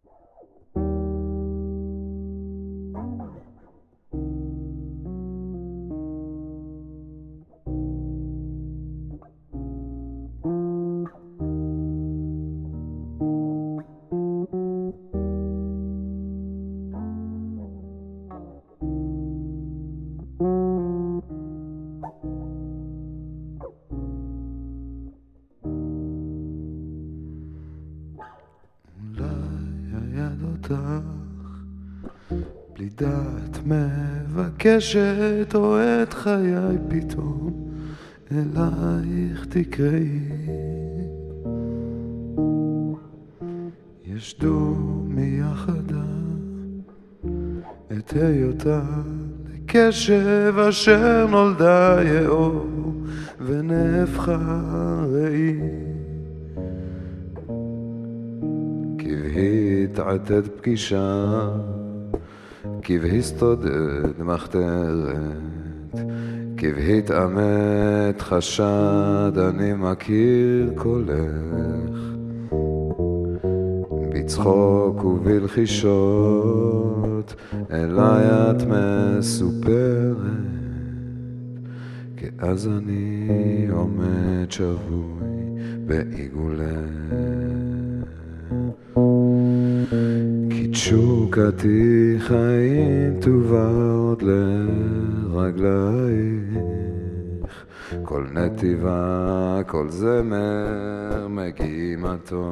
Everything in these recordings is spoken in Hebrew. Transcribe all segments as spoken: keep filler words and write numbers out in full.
בלי דעת מבקשת או את חיי פתאום אלייך תקראי. יש דומי יחדה את היותה לקשב אשר נולדה יאור ונפחה ראי. כבהית עתד פגישה כבהסתודד מחתרת כבהית אמת חשד אני מכיר קולך בצחוק ובלחישות אליי את מסופרת כי אז אני עומד שבוי בעיגולך כי תשוקתי חיים טובה עוד לרגלייך כל נתיבה כל זמר מגימתו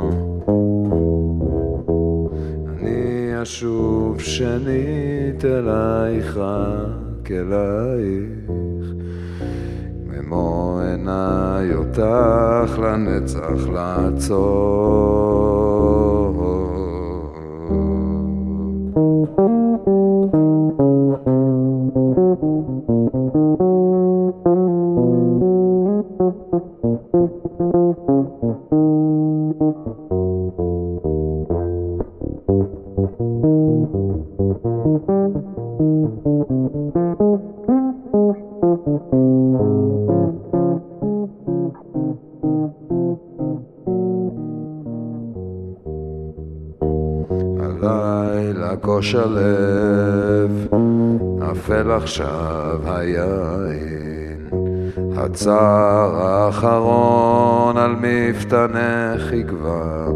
אני אשוב שנית אלייך רק אלייך במו עיניי אותך לנצח לעצור הלילה גוש הלב אפל עכשיו היין הצער האחרון על מפתנך יגבר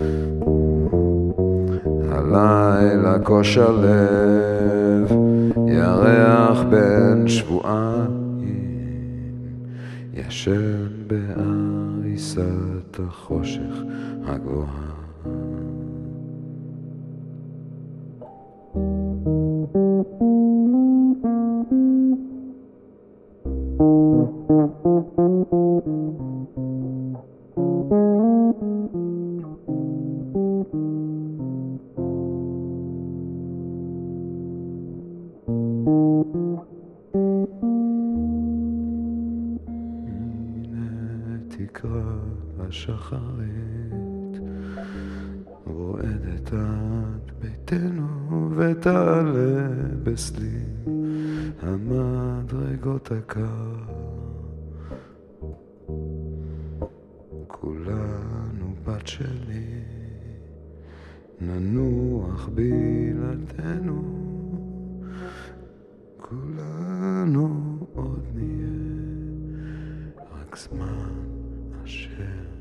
הלילה גוש הלב ירח בין שבועיים ישן בעריסת החושך הגבוהה תקרא השחרית רועדת עד ביתנו ותעלה בסלים המדרגות הקר כולנו בת שלי ננוח בלעדינו כולנו עוד נהיה רק זמן אשר